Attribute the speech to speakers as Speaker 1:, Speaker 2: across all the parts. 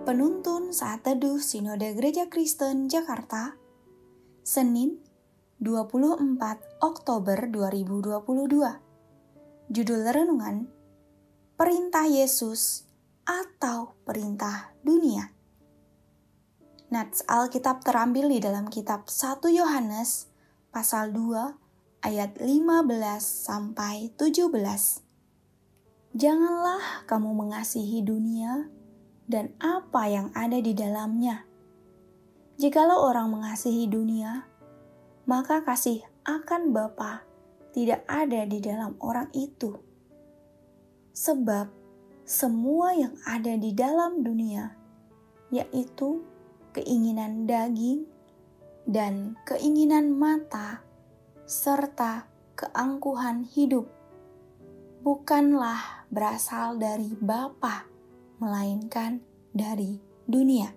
Speaker 1: Penuntun Saat Teduh Sinode Gereja Kristen Jakarta, Senin 24 Oktober 2022. Judul renungan, Perintah Yesus atau Perintah Dunia. Nats Alkitab terambil di dalam kitab 1 Yohanes pasal 2 ayat 15-17. Janganlah kamu mengasihi dunia dan apa yang ada di dalamnya. Jikalau orang mengasihi dunia, maka kasih akan Bapa tidak ada di dalam orang itu. Sebab semua yang ada di dalam dunia, yaitu keinginan daging dan keinginan mata, serta keangkuhan hidup, bukanlah berasal dari Bapa, melainkan dari dunia.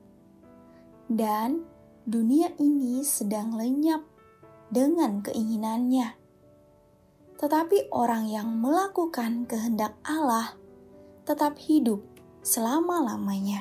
Speaker 1: Dan dunia ini sedang lenyap dengan keinginannya. Tetapi orang yang melakukan kehendak Allah tetap hidup selama-lamanya.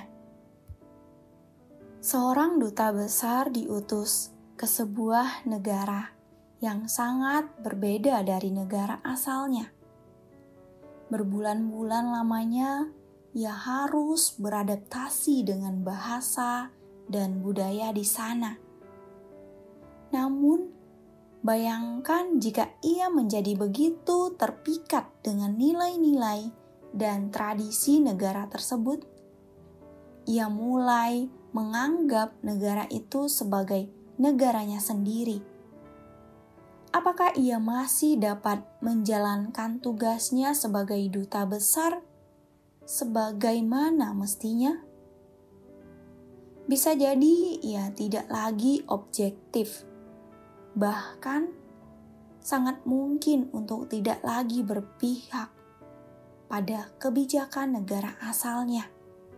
Speaker 1: Seorang duta besar diutus ke sebuah negara yang sangat berbeda dari negara asalnya. Berbulan-bulan lamanya ia harus beradaptasi dengan bahasa dan budaya di sana. Namun, bayangkan jika ia menjadi begitu terpikat dengan nilai-nilai dan tradisi negara tersebut. Ia mulai menganggap negara itu sebagai negaranya sendiri. Apakah ia masih dapat menjalankan tugasnya sebagai duta besar sebagaimana mestinya? Bisa jadi ia tidak lagi objektif, bahkan sangat mungkin untuk tidak lagi berpihak pada kebijakan negara asalnya.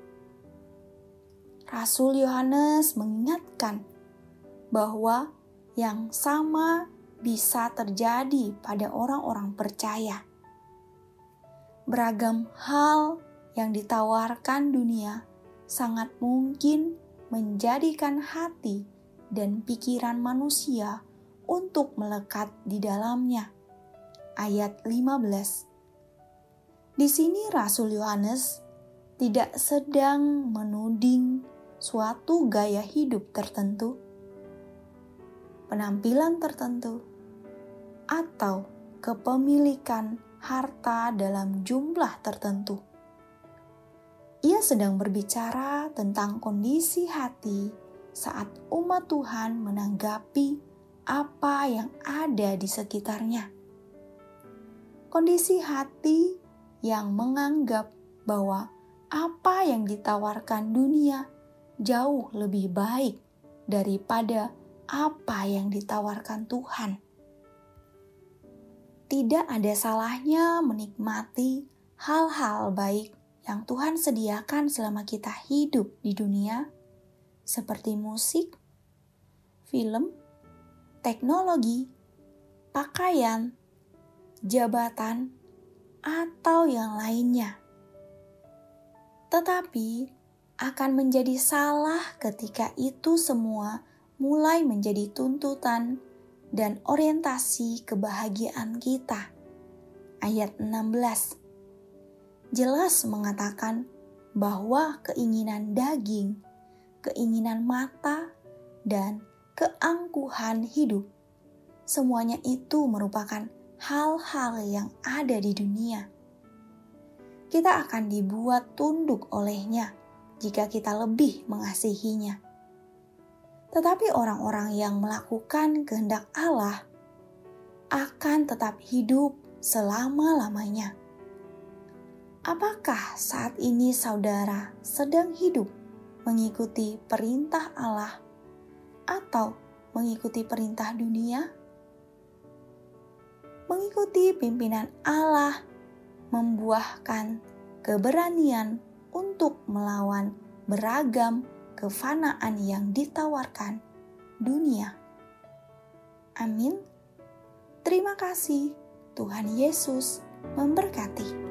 Speaker 1: Rasul Yohanes mengingatkan bahwa yang sama bisa terjadi pada orang-orang percaya. Beragam hal yang ditawarkan dunia sangat mungkin menjadikan hati dan pikiran manusia untuk melekat di dalamnya. Ayat 15. Di sini Rasul Yohanes tidak sedang menuding suatu gaya hidup tertentu, penampilan tertentu, atau kepemilikan harta dalam jumlah tertentu. Ia sedang berbicara tentang kondisi hati saat umat Tuhan menanggapi apa yang ada di sekitarnya. Kondisi hati yang menganggap bahwa apa yang ditawarkan dunia jauh lebih baik daripada apa yang ditawarkan Tuhan. Tidak ada salahnya menikmati hal-hal baik yang Tuhan sediakan selama kita hidup di dunia, seperti musik, film, teknologi, pakaian, jabatan, atau yang lainnya. Tetapi akan menjadi salah ketika itu semua mulai menjadi tuntutan dan orientasi kebahagiaan kita. Ayat 16 jelas mengatakan bahwa keinginan daging, keinginan mata, dan keangkuhan hidup, semuanya itu merupakan hal-hal yang ada di dunia. Kita akan dibuat tunduk olehnya jika kita lebih mengasihinya. Tetapi orang-orang yang melakukan kehendak Allah akan tetap hidup selama-lamanya. Apakah saat ini saudara sedang hidup mengikuti perintah Allah atau mengikuti perintah dunia? Mengikuti pimpinan Allah membuahkan keberanian untuk melawan beragam kefanaan yang ditawarkan dunia. Amin. Terima kasih. Tuhan Yesus memberkati.